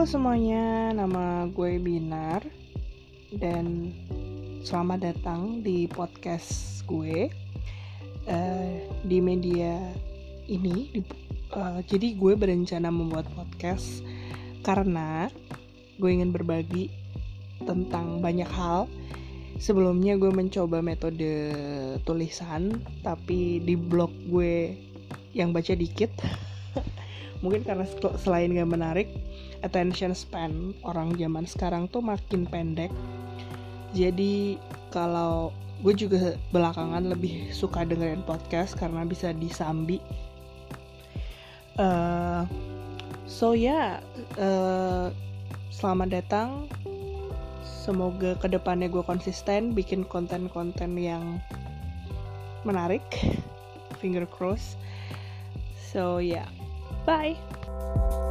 semuanya, nama gue Binar dan selamat datang di podcast gue di media ini. Jadi gue berencana membuat podcast karena gue ingin berbagi tentang banyak hal. Sebelumnya gue mencoba metode tulisan, tapi di blog gue yang baca dikit. Mungkin karena selain gak menarik, attention span orang zaman sekarang tuh makin pendek. Jadi kalau gue juga belakangan lebih suka dengerin podcast karena bisa disambi. Selamat datang. Semoga kedepannya gue konsisten bikin konten-konten yang menarik. Finger cross. Bye.